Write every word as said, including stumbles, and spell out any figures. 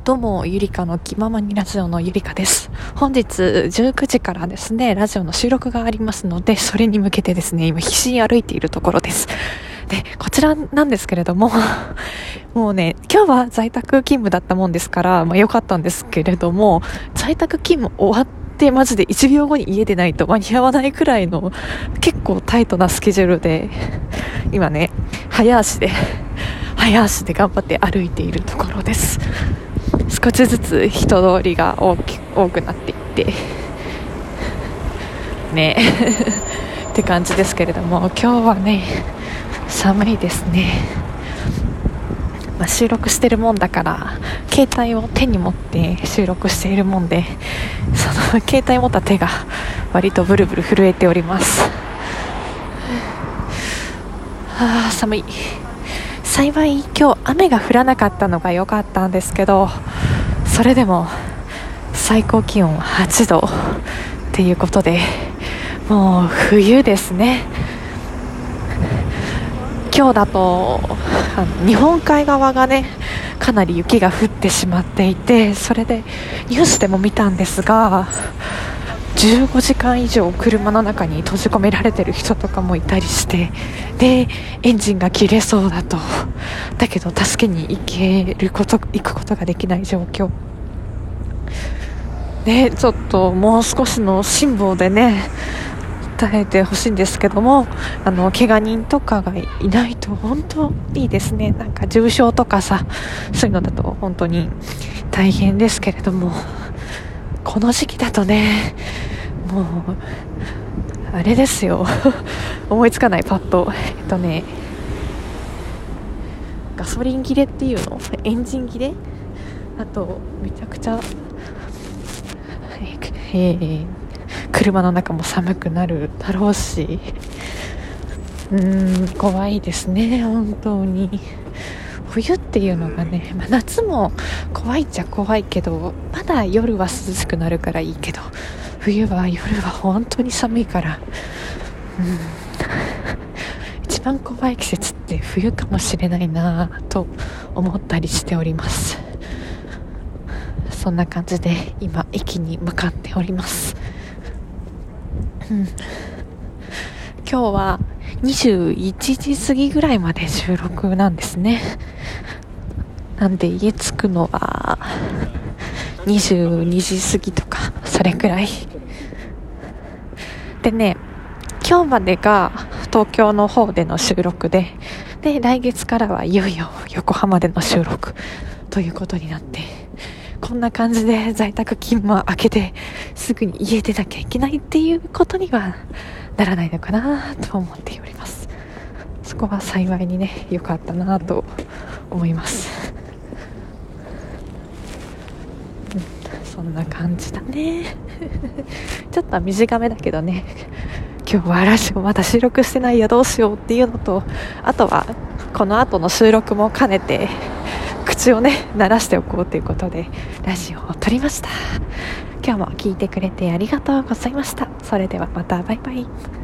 どうもゆりかの気ままにラジオのゆりかです。本日じゅうくじからですねラジオの収録がありますので、それに向けてですね今必死に歩いているところです。でこちらなんですけれどももうね今日は在宅勤務だったもんですから、まあ、良かったんですけれども、在宅勤務終わってマジでいちびょうごに家でないと間に合わないくらいの結構タイトなスケジュールで、今ね早足で早足で頑張って歩いているところです。少しずつ人通りが大き多くなっていってねって感じですけれども、今日はね寒いですね。まあ、収録してるもんだから携帯を手に持って収録しているもんで、その携帯持った手が割とブルブル震えております。はあ、寒い。幸い今日雨が降らなかったのが良かったんですけど、それでも最高気温はちどっていうことで、もう冬ですね。今日だとあの日本海側がねかなり雪が降ってしまっていて、それでニュースでも見たんですが、じゅうごじかん以上車の中に閉じ込められてる人とかもいたりして、でエンジンが切れそうだと、だけど助けに行けること行くことができない状況で、ちょっともう少しの辛抱でね耐えてほしいんですけども、あの怪我人とかがいないと本当いいですね。なんか重症とかさ、そういうのだと本当に大変ですけれども、この時期だとねもうあれですよ思いつかないパッとえっとねガソリン切れっていうの、エンジン切れ、あとめちゃくちゃ、えー、車の中も寒くなるだろうし、うーん怖いですね本当に。冬っていうのがね、まあ、夏も怖いっちゃ怖いけど、まだ夜は涼しくなるからいいけど、冬は夜は本当に寒いから、うん一番怖い季節って冬かもしれないなと思ったりしております。そんな感じで今駅に向かっております。うん、今日はにじゅういちじ過ぎぐらいまで収録なんですね。なんで家着くのはにじゅうにじ過ぎとかそれくらいでね、今日までが東京の方での収録で、で来月からはいよいよ横浜での収録ということになって、こんな感じで在宅勤務明けてすぐに家出なきゃいけないっていうことにはならないのかなと思っております。そこは幸いにね良かったなと思います。うん、そんな感じだねちょっと短めだけどね、今日はラジオまだ収録してないやどうしようっていうのと、あとはこの後の収録も兼ねて口をね鳴らしておこうということでラジオを撮りました。今日も聞いてくれてありがとうございました。それではまた、バイバイ。